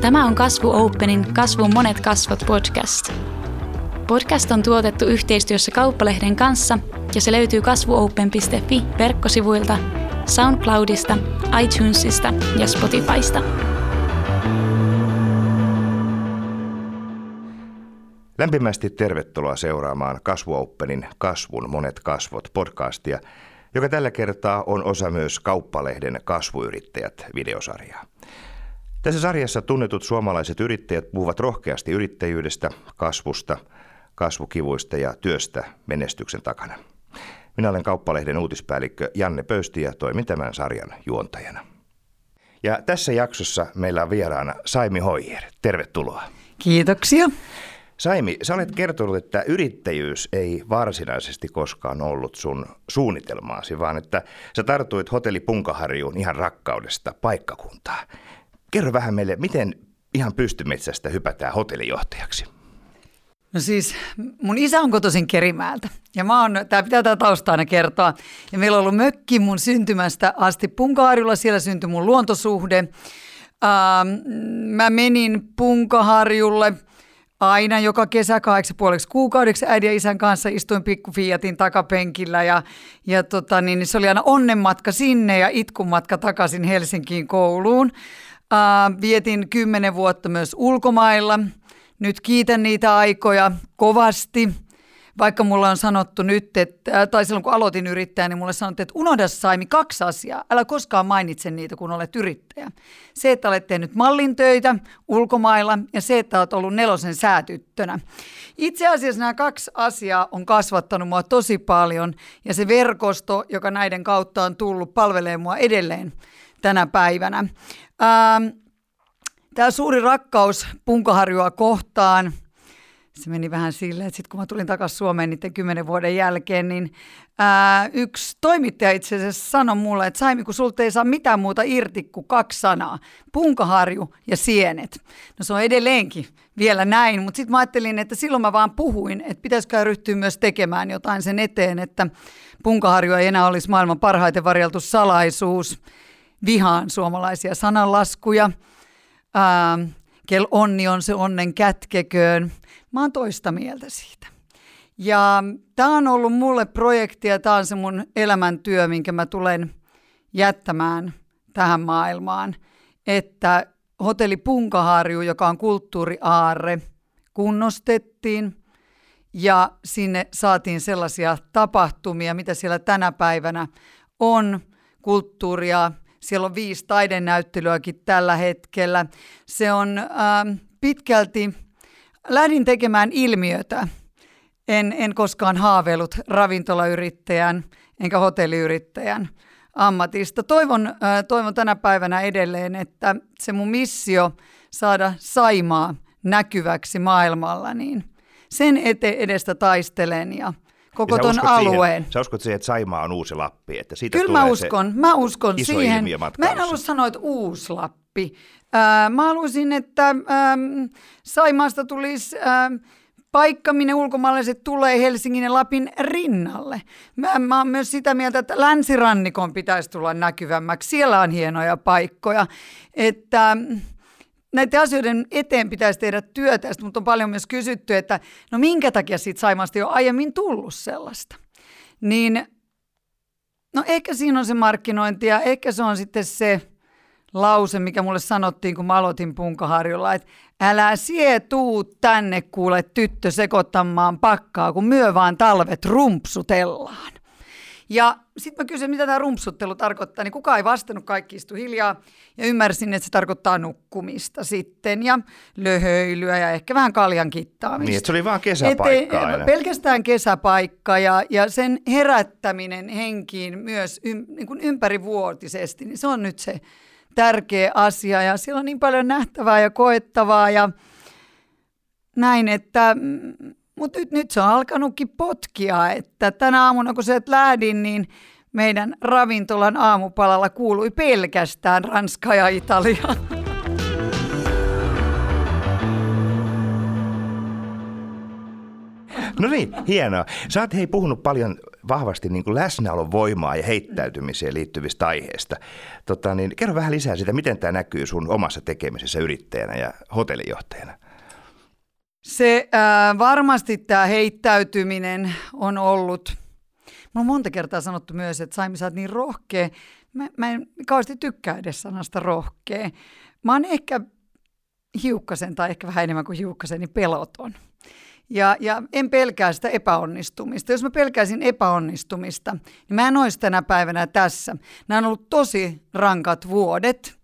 Tämä on Kasvu Openin Kasvun monet kasvot podcast. Podcast on tuotettu yhteistyössä Kauppalehden kanssa ja se löytyy kasvuopen.fi-verkkosivuilta, SoundCloudista, iTunesista ja Spotifysta. Lämpimästi tervetuloa seuraamaan Kasvu Openin Kasvun monet kasvot podcastia, joka tällä kertaa on osa myös Kauppalehden Kasvuyrittäjät videosarjaa. Tässä sarjassa tunnetut suomalaiset yrittäjät puhuvat rohkeasti yrittäjyydestä, kasvusta, kasvukivuista ja työstä menestyksen takana. Minä olen Kauppalehden uutispäällikkö Janne Pöysti ja toimin tämän sarjan juontajana. Ja tässä jaksossa meillä on vieraana Saimi Hoijer. Tervetuloa. Kiitoksia. Saimi, sä olet kertonut, että yrittäjyys ei varsinaisesti koskaan ollut sun suunnitelmaasi, vaan että sä tartuit hotelli Punkaharjuun ihan rakkaudesta paikkakuntaa. Kerro vähän meille, miten ihan pystymetsästä hypätään hotellijohtajaksi? No siis mun isä on kotoisin Kerimäeltä ja tää pitää tää tausta aina kertoa. Ja meillä on ollut mökki mun syntymästä asti Punkaharjulla, siellä syntyi mun luontosuhde. Mä menin Punkaharjulle aina joka kesä 8,5 kuukaudeksi äidin ja isän kanssa, istuin pikku Fiatin takapenkillä ja se oli aina onnenmatka sinne ja itkumatka takaisin Helsinkiin kouluun. Vietin 10 vuotta myös ulkomailla. Nyt kiitän niitä aikoja kovasti, vaikka mulla on sanottu nyt, tai silloin kun aloitin yrittäjä, niin mulle sanottiin, että unohda Saimi 2 asiaa. Älä koskaan mainitse niitä, kun olet yrittäjä. Se, että olet tehnyt mallintöitä ulkomailla ja se, että olet ollut 4 säätyttönä. Itse asiassa nämä 2 asiaa on kasvattanut mua tosi paljon ja se verkosto, joka näiden kautta on tullut, palvelee mua edelleen tänä päivänä. Tämä suuri rakkaus Punkaharjua kohtaan, se meni vähän silleen, että sitten kun mä tulin takaisin Suomeen niiden 10 vuoden jälkeen, niin yksi toimittaja itse asiassa sanoi mulle, että Saimi, kun sulta ei saa mitään muuta irti kuin 2 sanaa, Punkaharju ja sienet. No se on edelleenkin vielä näin, mutta sitten mä ajattelin, että silloin mä vaan puhuin, että pitäisikö ryhtyä myös tekemään jotain sen eteen, että Punkaharju ei enää olisi maailman parhaiten varjeltu salaisuus. Vihaan suomalaisia sananlaskuja. Kel onni on se onnen kätkeköön. Mä oon toista mieltä siitä. Ja tää on ollut mulle projekti ja tää on se mun elämäntyö, minkä mä tulen jättämään tähän maailmaan. Että hotelli Punkaharju, joka on kulttuuriaarre, kunnostettiin ja sinne saatiin sellaisia tapahtumia, mitä siellä tänä päivänä on, kulttuuria. Siellä on 5 taidenäyttelyäkin tällä hetkellä. Se on pitkälti, lähdin tekemään ilmiötä. En koskaan haaveillut ravintolayrittäjän enkä hotelliyrittäjän ammatista. Toivon tänä päivänä edelleen, että se mun missio saada Saimaa näkyväksi maailmalla, niin sen edestä taistelen ja koko ton alueen. Sä uskot siihen, että Saimaa on uusi Lappi? Että siitä kyllä mä uskon iso siihen. Mä en halua sanoa, että uusi Lappi. Mä haluaisin, että Saimaasta tulisi paikka, minne ulkomaalaiset tulee Helsingin ja Lapin rinnalle. Mä oon myös sitä mieltä, että länsirannikon pitäisi tulla näkyvämmäksi. Siellä on hienoja paikkoja. Että näiden asioiden eteen pitäisi tehdä työtä, mutta on paljon myös kysytty, että no minkä takia siitä Saimaasta ei ole aiemmin tullut sellaista. Niin, no ehkä siinä on se markkinointi ja ehkä se on sitten se lause, mikä mulle sanottiin, kun mä aloitin Punkaharjulla, että älä sie tuu tänne kuule tyttö sekoittamaan pakkaa, kun myö vaan talvet rumpsutellaan. Ja sitten mä kysyin, mitä tämä rumpsuttelu tarkoittaa, niin kukaan ei vastannut, kaikki istui hiljaa ja ymmärsin, että se tarkoittaa nukkumista sitten ja löhöilyä ja ehkä vähän kaljan kittaamista. Niin, että se oli vaan kesäpaikka aina. Pelkästään kesäpaikka ja sen herättäminen henkiin myös niin kuin ympärivuotisesti, niin se on nyt se tärkeä asia ja siellä on niin paljon nähtävää ja koettavaa ja näin, että mutta nyt se on alkanutkin potkia, että tänä aamuna kun sieltä lähdin, niin meidän ravintolan aamupalalla kuului pelkästään Ranska ja Italia. No niin, hienoa. Sä oot puhunut paljon vahvasti niin kuin läsnäolon voimaa ja heittäytymiseen liittyvistä aiheista. Kerro vähän lisää siitä, miten tämä näkyy sun omassa tekemisessä yrittäjänä ja hotellijohtajana. Se varmasti tämä heittäytyminen on ollut. Mä oon monta kertaa sanottu myös, että Saimi, sä oot niin rohkea. Mä en kauheasti tykkää edes sanasta rohkea. Mä oon ehkä hiukkasen tai ehkä vähän enemmän kuin hiukkasen, niin peloton. Ja en pelkää sitä epäonnistumista. Jos mä pelkäisin epäonnistumista, niin mä en olisi tänä päivänä tässä. Nämä on ollut tosi rankat vuodet.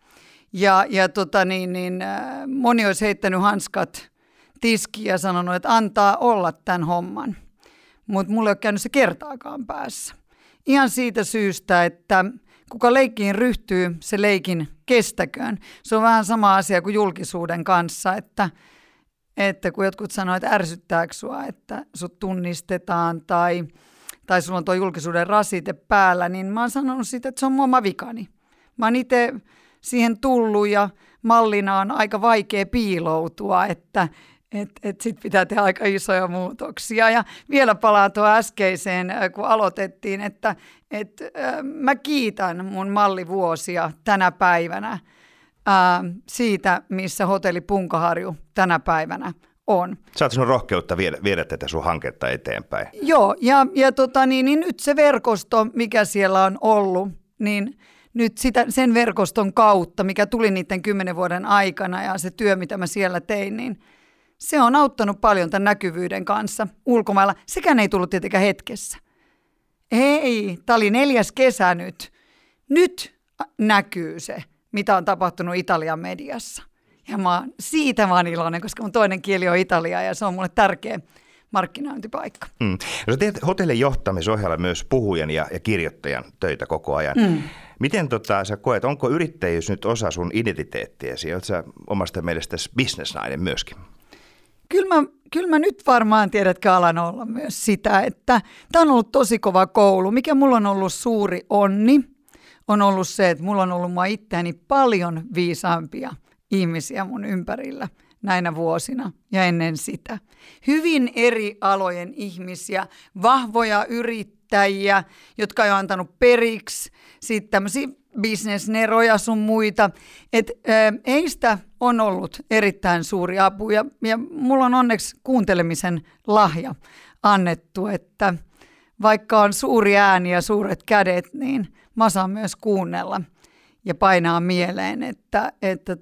Moni olisi heittänyt hanskat tiskiin ja sanonut, että antaa olla tämän homman. Mutta mulla ei ole käynyt se kertaakaan päässä. Ihan siitä syystä, että kuka leikkiin ryhtyy, se leikin kestäköön. Se on vähän sama asia kuin julkisuuden kanssa, että kun jotkut sanoo, että ärsyttääkö sua, että sut tunnistetaan tai sulla on tuo julkisuuden rasite päällä, niin mä oon sanonut siitä, että se on mun oma vikani. Mä oon itse siihen tullut ja mallina on aika vaikea piiloutua, että sit pitää tehdä aika isoja muutoksia. Ja vielä palaan tuohon äskeiseen, kun aloitettiin, että mä kiitän mun mallivuosia tänä päivänä siitä, missä hotelli Punkaharju tänä päivänä on. Saat sinun rohkeutta viedä tätä sun hanketta eteenpäin. Joo, ja nyt se verkosto, mikä siellä on ollut, niin nyt sen verkoston kautta, mikä tuli niiden 10 vuoden aikana ja se työ, mitä mä siellä tein, niin se on auttanut paljon tämän näkyvyyden kanssa ulkomailla. Sekään ei tullut tietenkään hetkessä. Ei, tämä oli 4. kesä nyt. Nyt näkyy se, mitä on tapahtunut Italian mediassa. Ja siitä mä oon iloinen, koska mun toinen kieli on italia ja se on mulle tärkeä markkinointipaikka. No sä teet hotellin johtamisohjalla myös puhujan ja kirjoittajan töitä koko ajan. Miten sä koet, onko yrittäjyys nyt osa sun identiteettiäsi? Oletko sä omasta mielestäsi bisnesnainen myöskin? Kyllä mä nyt varmaan tiedätkö alan olla myös sitä, että tämä on ollut tosi kova koulu. Mikä mulla on ollut suuri onni, on ollut se, että mulla on ollut mua itseäni paljon viisaampia ihmisiä mun ympärillä näinä vuosina ja ennen sitä. Hyvin eri alojen ihmisiä, vahvoja yrittäjiä, jotka ei ole antanut periksi, sitten tämmöisiä bisnesneroja sun muita. Eistä on ollut erittäin suuri apu ja mulla on onneksi kuuntelemisen lahja annettu, että vaikka on suuri ääni ja suuret kädet, niin mä saan myös kuunnella ja painaa mieleen, että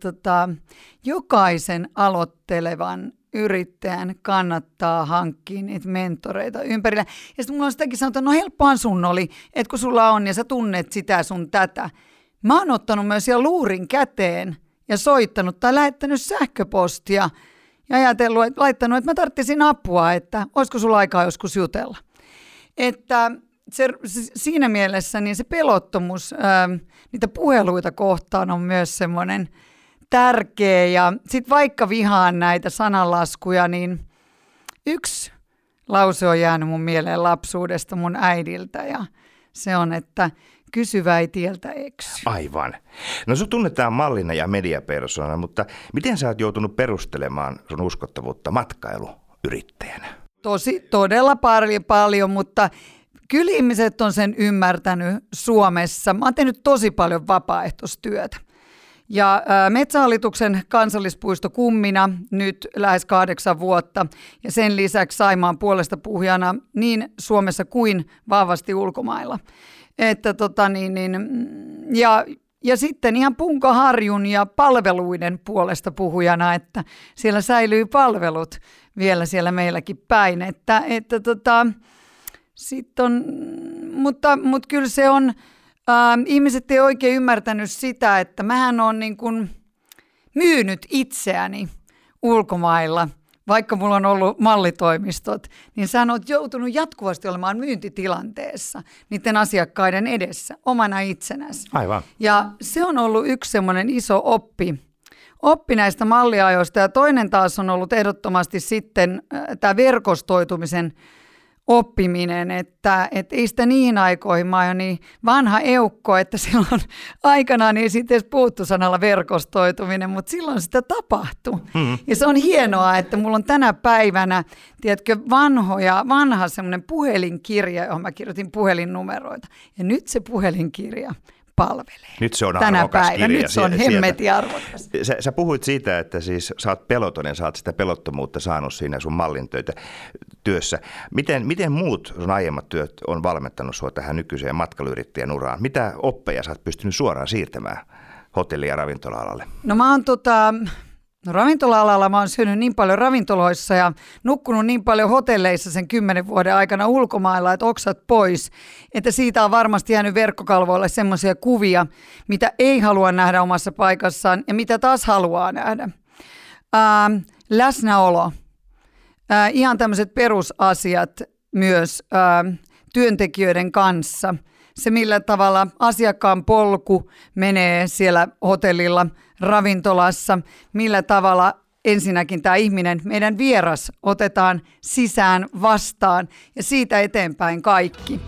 jokaisen aloittelevan yrittäjän kannattaa hankkia niitä mentoreita ympärillä. Ja sitten mulla on sitäkin sanottu, että no helppohan sun oli, että kun sulla on ja sä tunnet sitä sun tätä. Mä oon ottanut myös siellä luurin käteen ja soittanut tai lähettänyt sähköpostia ja ajatellut, että laittanut, että mä tarvitsin apua, että olisiko sulla aikaa joskus jutella. Että siinä mielessä niin se pelottomuus niitä puheluita kohtaan on myös semmoinen tärkeä. Ja sitten vaikka vihaan näitä sananlaskuja, niin yksi lause on jäänyt mun mieleen lapsuudesta mun äidiltä ja se on, että kysyvä ei tieltä eksy. Aivan. No sut tunnetaan mallina ja mediapersonana, mutta miten sä oot joutunut perustelemaan sun uskottavuutta matkailuyrittäjänä? Todella paljon, mutta kyllä ihmiset on sen ymmärtänyt Suomessa. Mä oon tehnyt tosi paljon vapaaehtoistyötä. Ja Metsähallituksen kansallispuisto kummina nyt lähes 8 vuotta ja sen lisäksi Saimaan puolesta puhujana niin Suomessa kuin vahvasti ulkomailla. Että ja sitten ihan Punkaharjun ja palveluiden puolesta puhujana, että siellä säilyy palvelut vielä siellä meilläkin päin. Mutta kyllä se on, ihmiset ei oikein ymmärtänyt sitä, että mähän olen niin kuin myynyt itseäni ulkomailla, vaikka mulla on ollut mallitoimistot, niin sä oot joutunut jatkuvasti olemaan myyntitilanteessa niiden asiakkaiden edessä, omana itsenäsi. Aivan. Ja se on ollut yksi semmoinen iso oppi näistä malliajoista ja toinen taas on ollut ehdottomasti sitten tämä verkostoitumisen oppiminen, että ei sitä niihin aikoihin, mä oon niin vanha eukko, että silloin aikanaan ei siitä edes puhuttu sanalla verkostoituminen, mutta silloin sitä tapahtui. Mm-hmm. Ja se on hienoa, että mulla on tänä päivänä, tiedätkö, vanha semmoinen puhelinkirja, johon mä kirjoitin puhelinnumeroita. Ja nyt se puhelinkirja palvelee. Nyt se on tänä päivänä. Kirja. Nyt se on hemmetin arvokas. Sä puhuit siitä, että siis sä oot pelotonen, sä oot sitä pelottomuutta saanut siinä sun työssä. Miten muut sun aiemmat työt on valmentanut sua tähän nykyiseen matkailuyrittäjän uraan? Mitä oppeja sä oot pystynyt suoraan siirtämään hotelli- ja ravintola-alalle? No mä oon ravintola-alalla mä oon syönyt niin paljon ravintoloissa ja nukkunut niin paljon hotelleissa sen 10 vuoden aikana ulkomailla, että oksat pois, että siitä on varmasti jäänyt verkkokalvoille semmoisia kuvia, mitä ei halua nähdä omassa paikassaan ja mitä taas haluaa nähdä. Läsnäolo, ihan tämmöiset perusasiat myös työntekijöiden kanssa. Se, millä tavalla asiakkaan polku menee siellä hotellilla, ravintolassa, millä tavalla ensinnäkin tämä ihminen, meidän vieras, otetaan sisään vastaan ja siitä eteenpäin kaikki.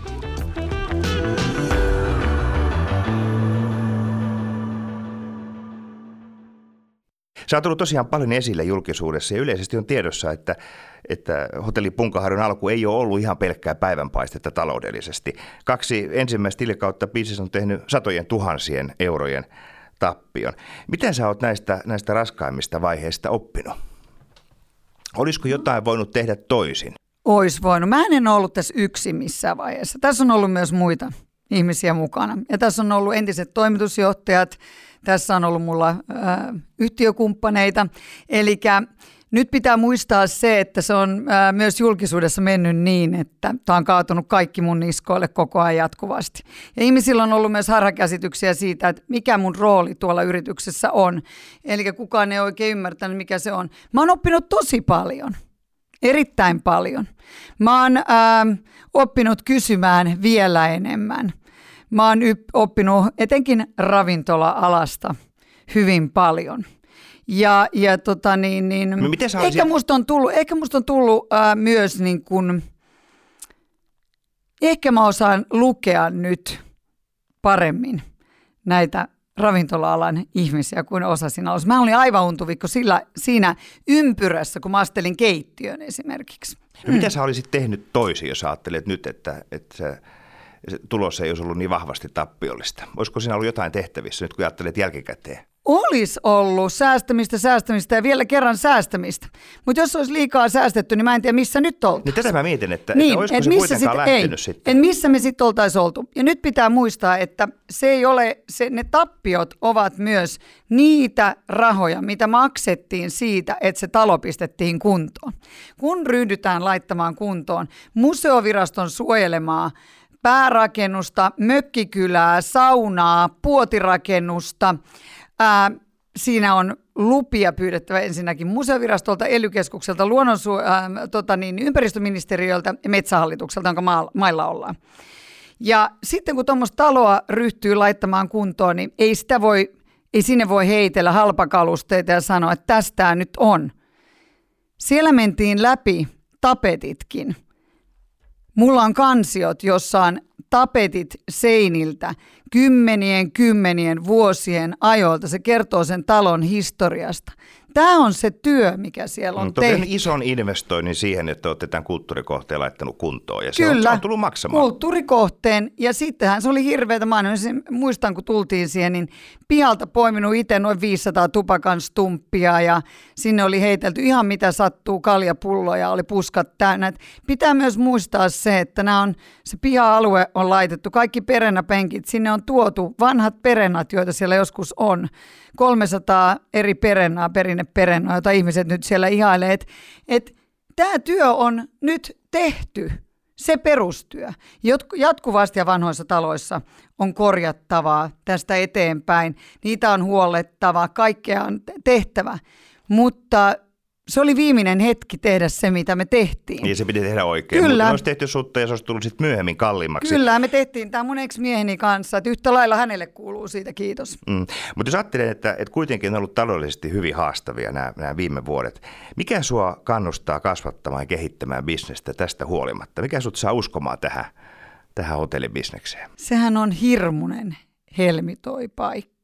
Se on tullut tosiaan paljon esille julkisuudessa ja yleisesti on tiedossa, että hotelli Punkaharjun alku ei ole ollut ihan pelkkää päivänpaistetta taloudellisesti. 2 ensimmäistä tilikautta bisnes on tehnyt satojen tuhansien eurojen tappion. Miten sä oot näistä raskaimmista vaiheista oppinut? Olisiko jotain voinut tehdä toisin? Ois voinut. Mä en ollut tässä yksin missään vaiheessa. Tässä on ollut myös muita ihmisiä mukana. Ja tässä on ollut entiset toimitusjohtajat. Tässä on ollut mulla yhtiökumppaneita. Elikkä nyt pitää muistaa se, että se on myös julkisuudessa mennyt niin, että tämä on kaatunut kaikki mun niskoille koko ajan jatkuvasti. Ja ihmisillä on ollut myös harhakäsityksiä siitä, että mikä mun rooli tuolla yrityksessä on. Eli kukaan ei oikein ymmärtänyt, mikä se on. Mä oon oppinut tosi paljon, erittäin paljon. Mä oon oppinut kysymään vielä enemmän. Mä oon oppinut etenkin ravintola-alasta hyvin paljon. Ehkä musta on tullut myös niin kuin, ehkä mä osaan lukea nyt paremmin näitä ravintola-alan ihmisiä kuin osasin alussa. Mä olin aivan untuvikko siinä ympyrässä, kun mä astelin keittiön esimerkiksi. Mitä sä olisit tehnyt toisin, jos ajattelet nyt, että tulos ei olisi ollut niin vahvasti tappiollista? Olisiko siinä ollut jotain tehtävissä nyt, kun ajattelet jälkikäteen? Olisi ollut säästämistä ja vielä kerran säästämistä. Mutta jos olisi liikaa säästetty, niin mä en tiedä, missä nyt oltaisiin. Niin tätä mä mietin, että olisiko se kuitenkaan lähtenyt sitten. Missä me sitten oltaisiin oltu. Ja nyt pitää muistaa, että se ei ole, ne tappiot ovat myös niitä rahoja, mitä maksettiin siitä, että se talo pistettiin kuntoon. Kun ryhdytään laittamaan kuntoon museoviraston suojelemaa päärakennusta, mökkikylää, saunaa, puotirakennusta, siinä on lupia pyydettävä ensinnäkin museovirastolta, ELY-keskukselta, ympäristöministeriöltä ja metsähallitukselta, jonka mailla ollaan. Ja sitten kun tuommoista taloa ryhtyy laittamaan kuntoon, niin ei sinne voi heitellä halpakalusteita ja sanoa, että tästä nyt on. Siellä mentiin läpi tapetitkin. Mulla on kansiot, jossa on tapetit seiniltä kymmenien vuosien ajoilta. Se kertoo sen talon historiasta. Tämä on se työ, mikä siellä on tehty. Ison investoinnin siihen, että olette tämän kulttuurikohteen laittanut kuntoon. Ja Kyllä, se on tullut maksamaan. Kulttuurikohteen. Ja sittenhän se oli hirveätä. Muistan, kun tultiin siihen, niin pihalta poiminut itse noin 500 tupakan stumppia. Ja sinne oli heitelty ihan mitä sattuu, kaljapulloja, oli puskat täynnä. Et pitää myös muistaa se, että se piha-alue on laitettu. Kaikki perennäpenkit, sinne on tuotu vanhat perennat, joita siellä joskus on. 300 eri perinneperennaa, jota ihmiset nyt siellä ihailee. Tämä työ on nyt tehty, se perustyö. Jatkuvasti ja vanhoissa taloissa on korjattavaa tästä eteenpäin. Niitä on huollettava, kaikkea on tehtävä. Mutta se oli viimeinen hetki tehdä se, mitä me tehtiin. Niin se piti tehdä oikein. Kyllä. Mutta olisi tehty sutta ja se olisi tullut sitten myöhemmin kalliimmaksi. Kyllä, me tehtiin tämä mun ex-mieheni kanssa, että yhtä lailla hänelle kuuluu siitä kiitos. Mutta jos ajattelen, että kuitenkin on ollut taloudellisesti hyvin haastavia nämä viime vuodet. Mikä sua kannustaa kasvattamaan ja kehittämään bisnestä tästä huolimatta? Mikä sut saa uskomaan tähän hotellibisnekseen? Sehän on hirmuinen helmitoi paikka.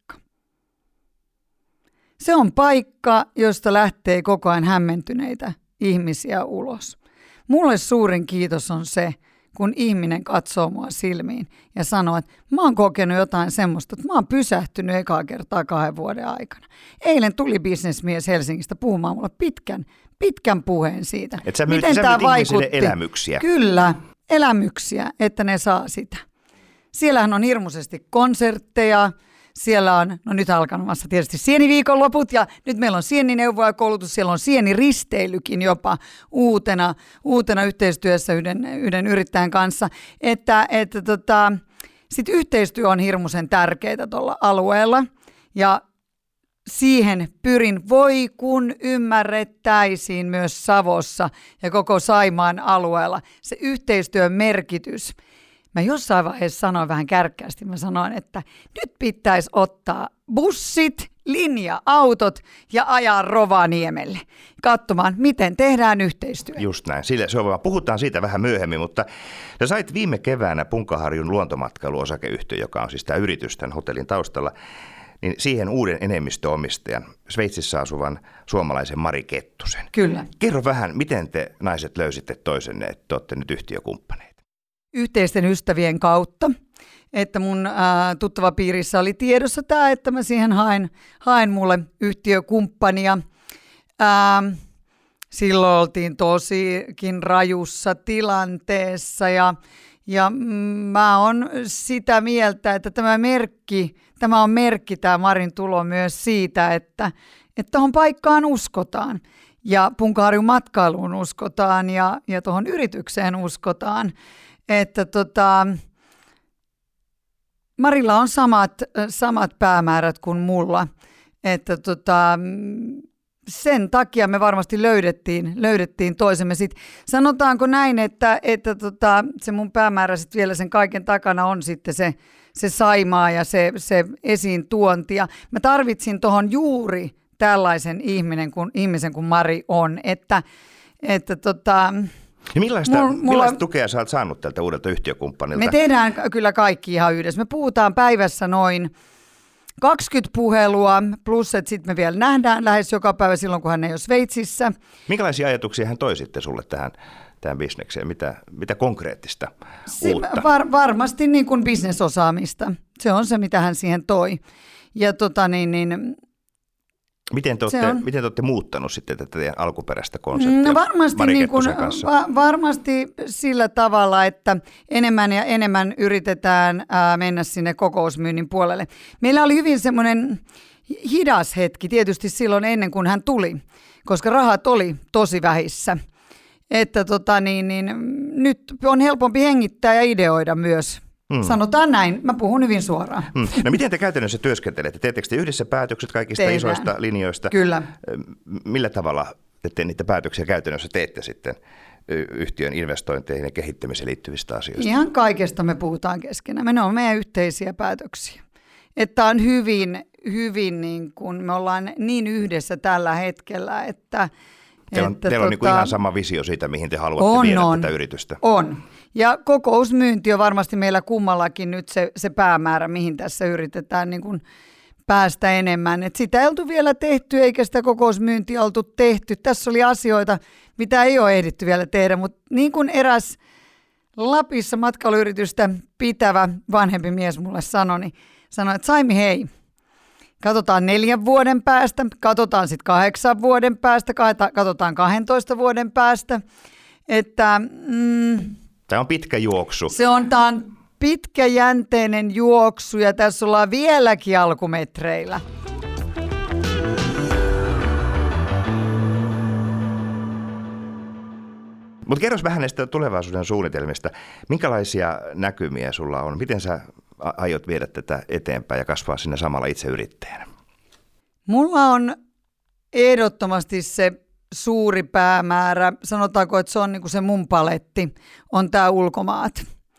Se on paikka, josta lähtee koko ajan hämmentyneitä ihmisiä ulos. Mulle suurin kiitos on se, kun ihminen katsoo mua silmiin ja sanoo, että mä oon kokenut jotain semmoista, että mä oon pysähtynyt ekaa kertaa 2 vuoden aikana. Eilen tuli bisnesmies Helsingistä puhumaan mulle pitkän puheen siitä, et sä miten tämä vaikutti. Elämyksiä. Kyllä, elämyksiä, että ne saa sitä. Siellähän on hirmuisesti konsertteja. Siellä on, no nyt alkamassa tietysti sieniviikonloput ja nyt meillä on sienineuvojakoulutus, siellä on sieniristeilykin jopa uutena yhteistyössä yhden yrittäjän kanssa, että sit yhteistyö on hirmuisen tärkeää tuolla alueella ja siihen pyrin, voi kun ymmärrettäisiin myös Savossa ja koko Saimaan alueella se yhteistyön merkitys. Mä jossain vaiheessa sanoin vähän kärkkäästi, mä sanoin, että nyt pitäisi ottaa bussit, linja-autot ja ajaa Rovaniemelle katsomaan, miten tehdään yhteistyötä. Just näin. Puhutaan siitä vähän myöhemmin, mutta sä sait viime keväänä Punkaharjun luontomatkailuosakeyhtiö, joka on siis tämä yritys tämän hotellin taustalla, niin siihen uuden enemmistöomistajan, Sveitsissä asuvan suomalaisen Mari Kettusen. Kyllä. Kerro vähän, miten te naiset löysitte toisenne, että te olette nyt yhtiökumppaneita? Yhteisten ystävien kautta, että mun tuttava piirissä oli tiedossa tämä, että mä siihen haen mulle yhtiökumppania. Silloin oltiin tosikin rajussa tilanteessa ja mä oon sitä mieltä, että tämä on merkki tämä Marin tulo myös siitä, että tuohon paikkaan uskotaan ja Punkaharjun matkailuun uskotaan ja tuohon yritykseen uskotaan. Että Marilla on samat päämäärät kuin mulla, että sen takia me varmasti löydettiin toisemme. Sitten sanotaanko näin, että se mun päämäärä sit vielä sen kaiken takana on sitten se Saimaa ja se esiin tuonti. Ja mä tarvitsin tuohon juuri tällaisen ihmisen kuin Mari on, että ja millaista tukea sä oot saanut tältä uudelta yhtiökumppanilta? Me tehdään kyllä kaikki ihan yhdessä. Me puhutaan päivässä noin 20 puhelua, plus että sitten me vielä nähdään lähes joka päivä silloin, kun hän ei ole Sveitsissä. Minkälaisia ajatuksia hän toi sitten sulle tähän bisnekseen? Mitä konkreettista uutta? Varmasti niin kuin bisnesosaamista. Se on se, mitä hän siihen toi. Ja Miten te olette muuttanut sitten tätä teidän alkuperäistä konseptia no varmasti, Mari Kettusen kanssa? Varmasti sillä tavalla, että enemmän ja enemmän yritetään mennä sinne kokousmyynnin puolelle. Meillä oli hyvin semmoinen hidas hetki tietysti silloin ennen kuin hän tuli, koska rahat oli tosi vähissä. Että nyt on helpompi hengittää ja ideoida myös. Sanotaan näin, mä puhun hyvin suoraan. No miten te käytännössä työskentelette? Teettekö te yhdessä päätökset kaikista isoista linjoista? Kyllä. Millä tavalla te niitä päätöksiä käytännössä teette sitten yhtiön investointeihin ja kehittämiseen liittyvistä asioista? Ihan kaikesta me puhutaan keskenään. Ne on meidän yhteisiä päätöksiä. Että on hyvin niin kuin me ollaan niin yhdessä tällä hetkellä, että teillä on niin kuin ihan sama visio siitä, mihin te haluatte viedä tätä yritystä. On. Ja kokousmyynti on varmasti meillä kummallakin nyt se päämäärä, mihin tässä yritetään niin kuin päästä enemmän. Et sitä ei oltu vielä tehty, eikä sitä kokousmyyntiä oltu tehty. Tässä oli asioita, mitä ei ole ehditty vielä tehdä, mutta niin kuin eräs Lapissa matkailuyritystä pitävä vanhempi mies mulle sanoi, että Saimi, hei, katsotaan 4 vuoden päästä, katsotaan sitten 8 vuoden päästä, katsotaan 12 vuoden päästä, että tämä on pitkä juoksu. Tämä on pitkäjänteinen juoksu ja tässä ollaan vieläkin alkumetreillä. Mutta kerros vähän näistä tulevaisuuden suunnitelmista. Minkälaisia näkymiä sulla on? Miten sä aiot viedä tätä eteenpäin ja kasvaa sinne samalla itse yrittäjänä? Mulla on ehdottomasti se suuri päämäärä, sanotaanko, että se on niin kuin se mun paletti, on tämä ulkomaat.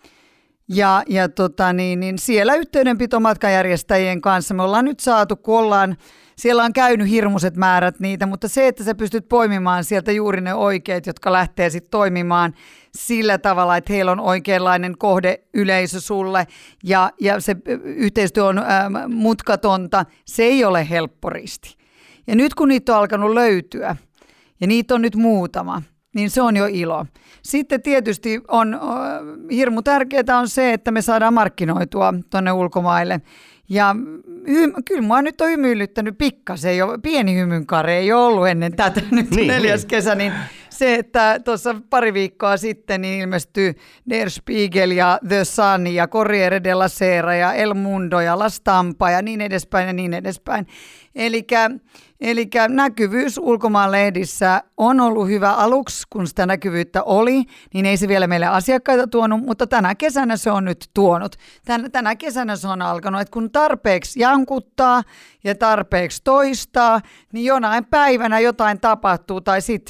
Ja siellä yhteydenpito matkanjärjestäjien kanssa me ollaan nyt saatu, kun siellä on käynyt hirmuiset määrät niitä, mutta se, että sä pystyt poimimaan sieltä juuri ne oikeat, jotka lähtee sitten toimimaan sillä tavalla, että heillä on oikeanlainen kohdeyleisö sulle ja se yhteistyö on mutkatonta, se ei ole helppo risti. Ja nyt kun niitä on alkanut löytyä, ja niitä on nyt muutama, niin se on jo ilo. Sitten tietysti on hirmu tärkeää on se, että me saadaan markkinoitua tuonne ulkomaille. Ja kyllä mua nyt on hymyilyttänyt pikkasen jo, pieni hymynkare ei ole ollut ennen tätä nyt 4. kesä, niin se, että tuossa pari viikkoa sitten niin ilmestyi Der Spiegel ja The Sun ja Corriere della Sera ja El Mundo ja La Stampa ja niin edespäin ja niin edespäin. Eli näkyvyys ulkomaanlehdissä on ollut hyvä aluksi, kun sitä näkyvyyttä oli, niin ei se vielä meille asiakkaita tuonut, mutta tänä kesänä se on nyt tuonut. Tänä kesänä se on alkanut, että kun tarpeeksi jankuttaa ja tarpeeksi toistaa, niin jonain päivänä jotain tapahtuu tai sitten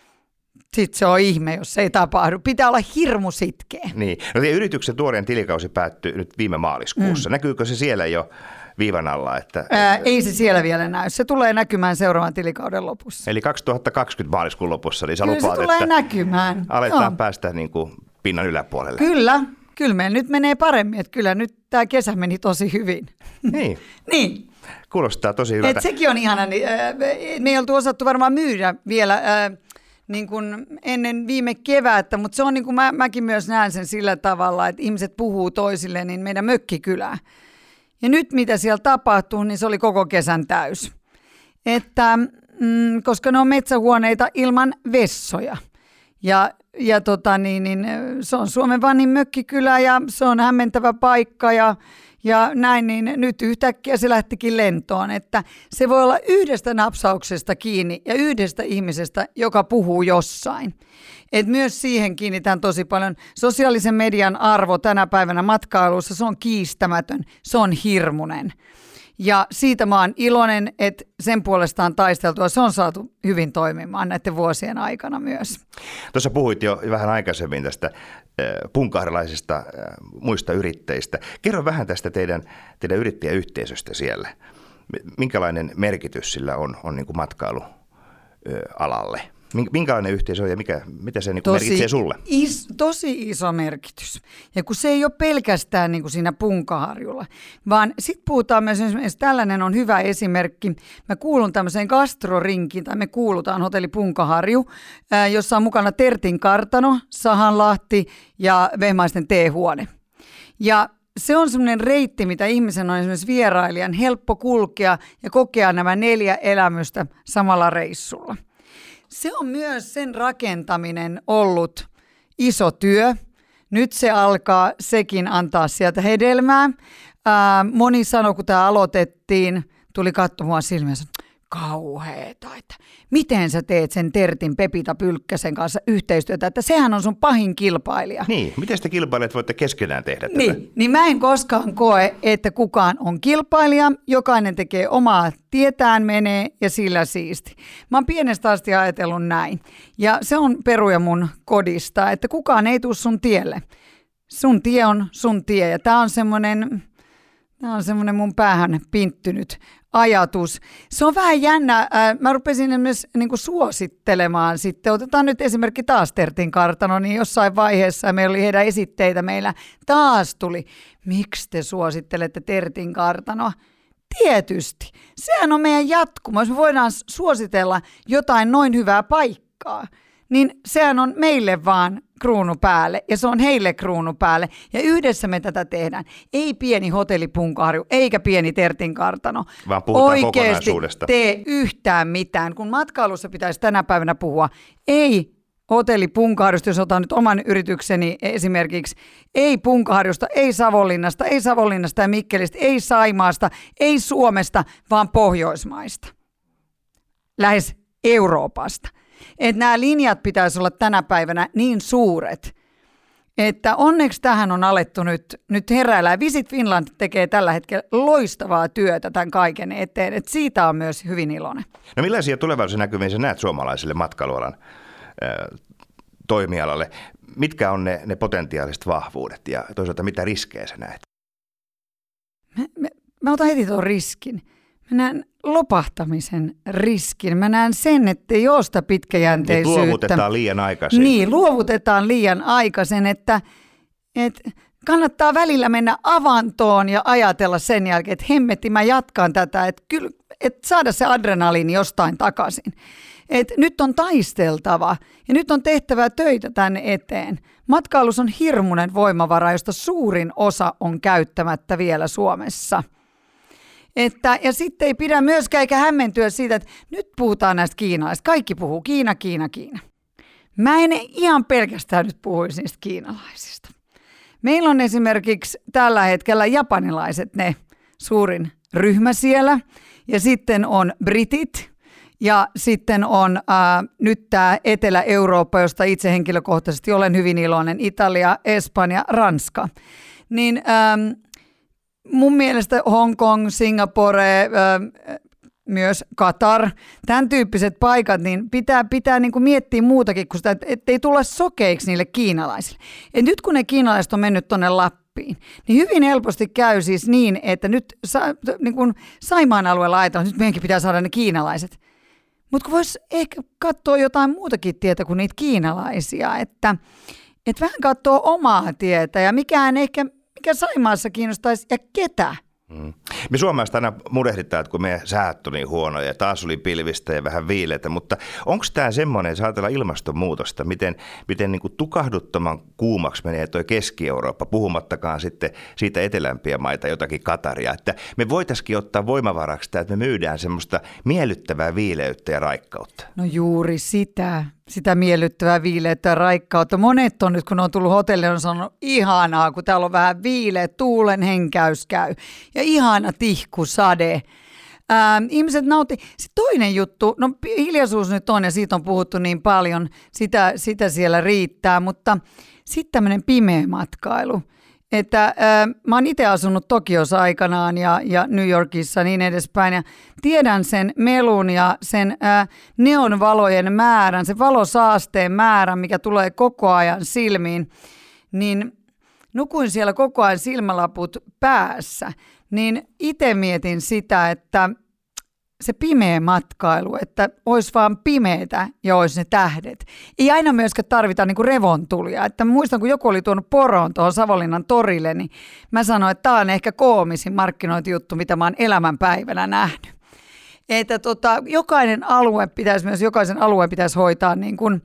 se on ihme, jos se ei tapahdu. Pitää olla hirmu sitkeä. Niin. No, yrityksen tuoreen tilikausi päättyi nyt viime maaliskuussa. Näkyykö se siellä jo viivan alla? Ei se siellä vielä näy. Se tulee näkymään seuraavan tilikauden lopussa. Eli 2020 maaliskuun lopussa. Eli sä kyllä lupaat, se tulee näkymään. Aletaan päästä niin kuin pinnan yläpuolelle. Kyllä meillä nyt menee paremmin. Että kyllä nyt tämä kesä meni tosi hyvin. Niin. Niin. Kuulostaa tosi hyvältä. Sekin on ihana. Me ei oltu osattu varmaan myydä vielä niin kuin ennen viime kevättä, mutta se on niin kuin mäkin myös näen sen sillä tavalla, että ihmiset puhuu toisilleen, niin meidän mökkikylää. Ja nyt mitä siellä tapahtuu, niin se oli koko kesän täys. Että, koska ne on metsähuoneita ilman vessoja. Ja se on Suomen vanhin mökkikylä ja se on hämmentävä paikka ja näin, niin nyt yhtäkkiä se lähtikin lentoon, että se voi olla yhdestä napsauksesta kiinni ja yhdestä ihmisestä, joka puhuu jossain. Et myös siihen kiinnitän tosi paljon. Sosiaalisen median arvo tänä päivänä matkailussa, se on kiistämätön, se on hirmuinen. Ja siitä mä oon iloinen, että sen puolestaan taisteltua se on saatu hyvin toimimaan näiden vuosien aikana myös. Tuossa puhuit jo vähän aikaisemmin tästä punkaharjalaisista muista yrittäjistä. Kerro vähän tästä teidän yrittäjäyhteisöstä siellä. Minkälainen merkitys sillä on niin kuin matkailualalle? Minkälainen yhteisö on ja mitä se niin kuin merkitsee sulle? Tosi iso merkitys. Ja kun se ei ole pelkästään niin kuin siinä Punkaharjulla, vaan sitten puhutaan myös esimerkiksi, tällainen on hyvä esimerkki. Mä kuulun tämmöiseen gastrorinkiin, tai me kuulutaan hotelli Punkaharju, jossa on mukana Tertin kartano, Sahanlahti ja Vehmaisten teehuone. Ja se on semmoinen reitti, mitä ihmisen on esimerkiksi vierailijan helppo kulkea ja kokea nämä 4 elämystä samalla reissulla. Se on myös sen rakentaminen ollut iso työ. Nyt se alkaa sekin antaa sieltä hedelmää. Moni sanoi, kun tämä aloitettiin, tuli katsomaan silmiä, kauheeta, että miten sä teet sen Tertin Pepita Pylkkäsen kanssa yhteistyötä, että sehän on sun pahin kilpailija. Niin, miten te kilpailijat voitte keskenään tehdä tätä? Niin mä en koskaan koe, että kukaan on kilpailija, jokainen tekee omaa tietään menee ja sillä siisti. Mä oon pienestä asti ajatellut näin ja se on peruja mun kodista, että kukaan ei tule sun tielle. Sun tie on sun tie ja tää on semmoinen mun päähän pinttynyt ajatus. Se on vähän jännä. Mä rupesin myös niin kuin suosittelemaan sitten. Otetaan nyt esimerkki taas Tertin kartano, niin jossain vaiheessa meillä oli heidän esitteitä meillä. Taas tuli, miksi te suosittelette Tertin kartanoa? Tietysti. Sehän on meidän jatkuma. Jos me voidaan suositella jotain noin hyvää paikkaa, niin sehän on meille vaan kruunu päälle ja se on heille kruunu päälle ja yhdessä me tätä tehdään. Ei pieni hotelli Punkaharju eikä pieni Tertin kartano. Vaan puhutaan oikeasti kokonaisuudesta. Tee yhtään mitään. Kun matkailussa pitäisi tänä päivänä puhua, ei hotelli Punkaharjusta, jos otan nyt oman yritykseni esimerkiksi, ei Punkaharjusta, ei Savonlinnasta ja Mikkelistä, ei Saimaasta, ei Suomesta, vaan Pohjoismaista. Lähes Euroopasta. Että nämä linjat pitäisi olla tänä päivänä niin suuret, Että onneksi tähän on alettu nyt heräillä. Visit Finland tekee tällä hetkellä loistavaa työtä tämän kaiken eteen, että siitä on myös hyvin iloinen. No millaisia tulevaisuuden näkymiä sä näet suomalaisille matkailualan toimialalle? Mitkä on ne potentiaaliset vahvuudet ja toisaalta mitä riskejä sä näet? Mä otan heti tuon riskin. Mä näen lopahtamisen riskin. Mä näen sen, että ei ole sitä pitkäjänteisyyttä. Niin luovutetaan liian aikaisin. Niin, luovutetaan liian aikaisin, että kannattaa välillä mennä avantoon ja ajatella sen jälkeen, että hemmetti, mä jatkan tätä, että saada se adrenaliini jostain takaisin. Et nyt on taisteltava ja nyt on tehtävä töitä tänne eteen. Matkailus on hirmuinen voimavara, josta suurin osa on käyttämättä vielä Suomessa. Ja sitten ei pidä myöskään eikä hämmentyä siitä, että nyt puhutaan näistä kiinalaisista. Kaikki puhuu Kiina. Mä en ihan pelkästään nyt puhuisi niistä kiinalaisista. Meillä on esimerkiksi tällä hetkellä japanilaiset ne suurin ryhmä siellä ja sitten on britit. Ja sitten on nyt tämä Etelä-Eurooppa, josta itse henkilökohtaisesti olen hyvin iloinen, Italia, Espanja, Ranska. Niin mun mielestä Hongkong, Singapore, myös Katar, tämän tyyppiset paikat, niin pitää niin kuin miettiä muutakin kuin sitä, ettei tulla sokeiksi niille kiinalaisille. Et nyt kun ne kiinalaiset on mennyt tuonne Lappiin, niin hyvin helposti käy siis niin, että nyt niin kuin Saimaan alueella ajatellaan, että nyt meidänkin pitää saada ne kiinalaiset. Mutta kun voisi ehkä katsoa jotain muutakin tietä kuin niitä kiinalaisia, että vähän katsoa omaa tietä ja mikä Saimaassa kiinnostaisi ja ketä. Me suomalaiset aina murehditaan, että kun meidän säät on niin huonoja ja taas oli pilvistä ja vähän viileitä, mutta onko tämä semmoinen, jos ajatellaan ilmastonmuutosta, miten niin kuin tukahduttoman kuumaksi menee tuo Keski-Eurooppa, puhumattakaan sitten siitä etelämpiä maita, jotakin Kataria, että me voitaisiin ottaa voimavaraksi sitä, että me myydään semmoista miellyttävää viileyttä ja raikkautta. No juuri sitä miellyttävää viileyttä ja raikkautta. Monet on nyt, kun on tullut hotellille, on sanonut ihanaa, kun täällä on vähän viileä, tuulen henkäys käy ja ihana tihkusade. Ihmiset nautti. Sitten toinen juttu, no hiljaisuus nyt on ja siitä on puhuttu niin paljon, sitä siellä riittää, mutta sitten tämmöinen pimeä matkailu. Että mä oon itse asunut Tokiossa aikanaan ja New Yorkissa niin edespäin ja tiedän sen melun ja sen neonvalojen määrän, sen valosaasteen määrän, mikä tulee koko ajan silmiin, niin nukuin siellä koko ajan silmälaput päässä, niin itse mietin sitä, että se pimeä matkailu, että olisi vaan pimeätä ja olisi ne tähdet. Ei aina myöskään tarvita niinku revontulia. Että muistan, kun joku oli tuonut poron tuohon Savonlinnan torille, niin mä sanoin, että tämä on ehkä koomisin markkinointijuttu, mitä mä oon elämänpäivänä nähnyt. Että jokaisen alueen pitäisi hoitaa niin kuin,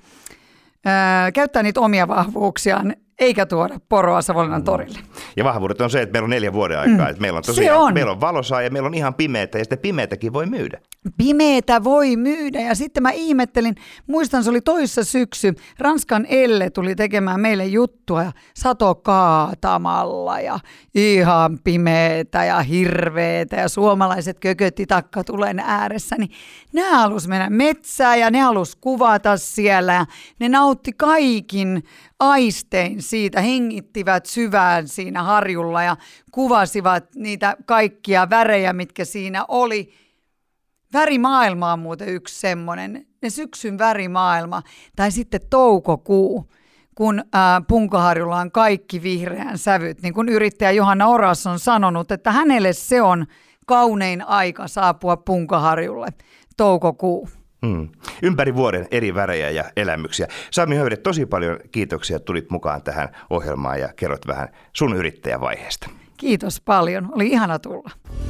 käyttää niitä omia vahvuuksiaan, eikä tuoda poroa Savonlinnan torille. Ja vahvuudet on se, että meillä on 4 vuoden aikaa. Että meillä on tosiaan, meillä on valosaa ja meillä on ihan pimeätä ja sitten pimeätäkin voi myydä. Pimeätä voi myydä ja sitten mä ihmettelin, muistan se oli toissa syksy, Ranskan Elle tuli tekemään meille juttua ja sato kaatamalla ja ihan pimeätä ja hirveetä ja suomalaiset kökötti takkatulen ääressä, niin ne halus mennä metsään ja ne halus kuvata siellä ja ne nautti kaikin aistein siitä, hengittivät syvään siinä harjulla ja kuvasivat niitä kaikkia värejä, mitkä siinä oli. Värimaailma on muuten yksi semmoinen, ne syksyn värimaailma, tai sitten toukokuu, kun Punkaharjulla on kaikki vihreän sävyt, niin kuin yrittäjä Johanna Oras on sanonut, että hänelle se on kaunein aika saapua Punkaharjulle, toukokuu. Ympäri vuoden eri värejä ja elämyksiä. Sami Höyde, tosi paljon kiitoksia, että tulit mukaan tähän ohjelmaan ja kerrot vähän sun yrittäjävaiheesta. Kiitos paljon, oli ihana tulla.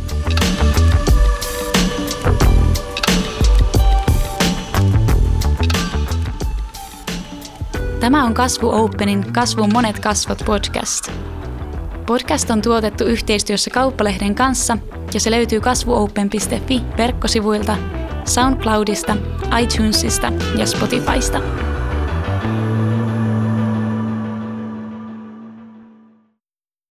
Tämä on Kasvu Openin Kasvun monet kasvot podcast. Podcast on tuotettu yhteistyössä Kauppalehden kanssa ja se löytyy kasvuopen.fi verkkosivuilta, SoundCloudista, iTunesista ja Spotifysta.